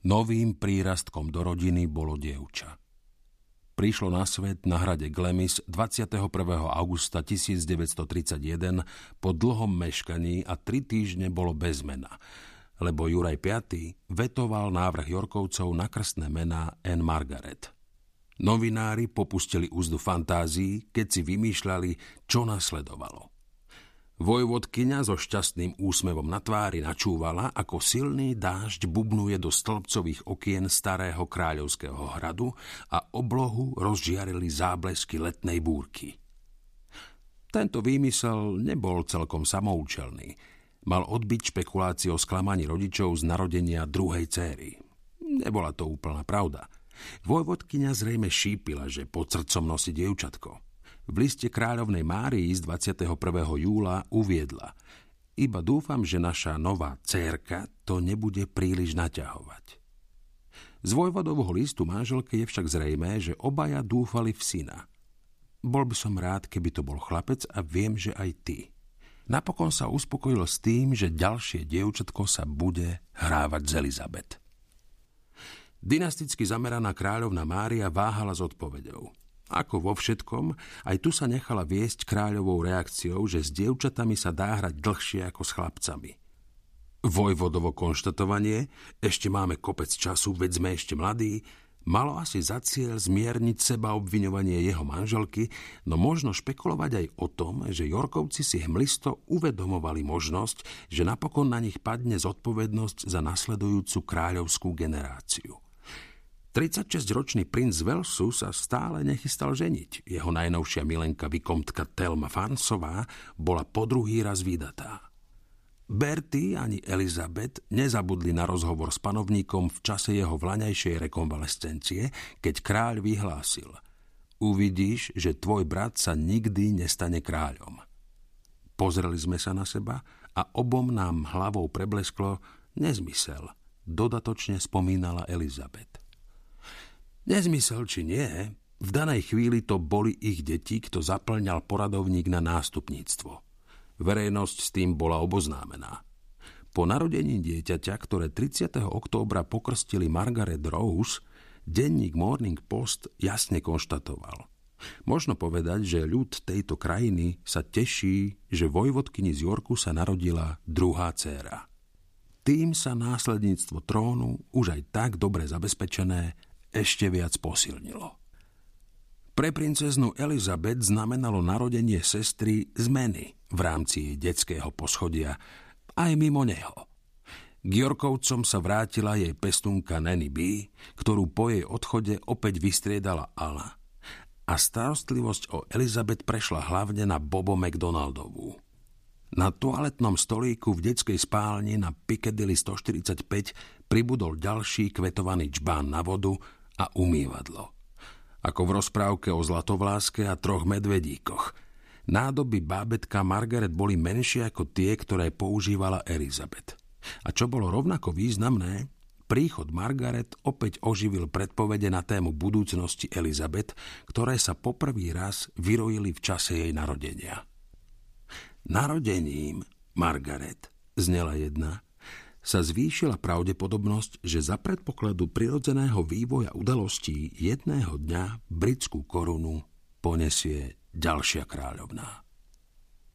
Novým prírastkom do rodiny bolo dievča. Prišlo na svet na hrade Glamis 21. augusta 1931 po dlhom meškaní a 3 týždne bolo bez mena, lebo Juraj V. vetoval návrh Yorkovcov na krstné mená Anne Margaret. Novinári popustili úzdu fantázií, keď si vymýšľali, čo nasledovalo. Vojvodkyňa so šťastným úsmevom na tvári načúvala, ako silný dážď bubnuje do stĺpcových okien starého kráľovského hradu a oblohu rozžiarili záblesky letnej búrky. Tento výmysel nebol celkom samoučelný. Mal odbiť špekuláciu o sklamaní rodičov z narodenia druhej céry. Nebola to úplná pravda. Vojvodkyňa zrejme šípila, že pod srdcom nosí dievčatko. V liste kráľovnej Márii z 21. júla uviedla: Iba dúfam, že naša nová dcérka to nebude príliš naťahovať. Z vojvodovho listu manželke je však zrejmé, že obaja dúfali v syna. Bol by som rád, keby to bol chlapec a viem, že aj ty. Napokon sa uspokojil s tým, že ďalšie dievčatko sa bude hrávať z Elizabeth. Dynasticky zameraná kráľovna Mária váhala s odpoveďou. Ako vo všetkom, aj tu sa nechala viesť kráľovou reakciou, že s dievčatami sa dá hrať dlhšie ako s chlapcami. Vojvodovo konštatovanie, ešte máme kopec času, veď sme ešte mladí, malo asi za cieľ zmierniť seba obviňovanie jeho manželky, no možno špekulovať aj o tom, že Yorkovci si hmlisto uvedomovali možnosť, že napokon na nich padne zodpovednosť za nasledujúcu kráľovskú generáciu. 36-ročný princ Walesu sa stále nechystal ženiť. Jeho najnovšia milenka vikomtka Thelma Farnsová bola po druhý raz vydatá. Bertie ani Elizabeth nezabudli na rozhovor s panovníkom v čase jeho vlaňajšej rekonvalescencie, keď kráľ vyhlásil: Uvidíš, že tvoj brat sa nikdy nestane kráľom. Pozreli sme sa na seba a obom nám hlavou preblesklo: nezmysel, dodatočne spomínala Elizabeth. Nezmysel či nie, v danej chvíli to boli ich deti, kto zaplňal poradovník na nástupníctvo. Verejnosť s tým bola oboznámená. Po narodení dieťaťa, ktoré 30. októbra pokrstili Margaret Rose, denník Morning Post jasne konštatoval: možno povedať, že ľud tejto krajiny sa teší, že vojvodkyni z Yorku sa narodila druhá dcéra. Tým sa následníctvo trónu, už aj tak dobre zabezpečené, ešte viac posilnilo. Pre princeznu Elizabeth znamenalo narodenie sestry zmeny v rámci jej detského poschodia, aj mimo neho. K Yorkovcom sa vrátila jej pestúnka Nanny B, ktorú po jej odchode opäť vystriedala Anna, a starostlivosť o Elizabeth prešla hlavne na Bobo McDonaldovú. Na toaletnom stolíku v detskej spálni na Piccadilly 145 pribudol ďalší kvetovaný džbán na vodu a umývadlo. Ako v rozprávke o Zlatovláske a 3 medvedíkoch. Nádoby bábetka Margaret boli menšie ako tie, ktoré používala Elizabeth. A čo bolo rovnako významné, príchod Margaret opäť oživil predpovede na tému budúcnosti Elizabeth, ktoré sa poprvý raz vyrojili v čase jej narodenia. Narodením Margaret, znela jedna, sa zvýšila pravdepodobnosť, že za predpokladu prirodzeného vývoja udalostí jedného dňa britskú korunu ponesie ďalšia kráľovná.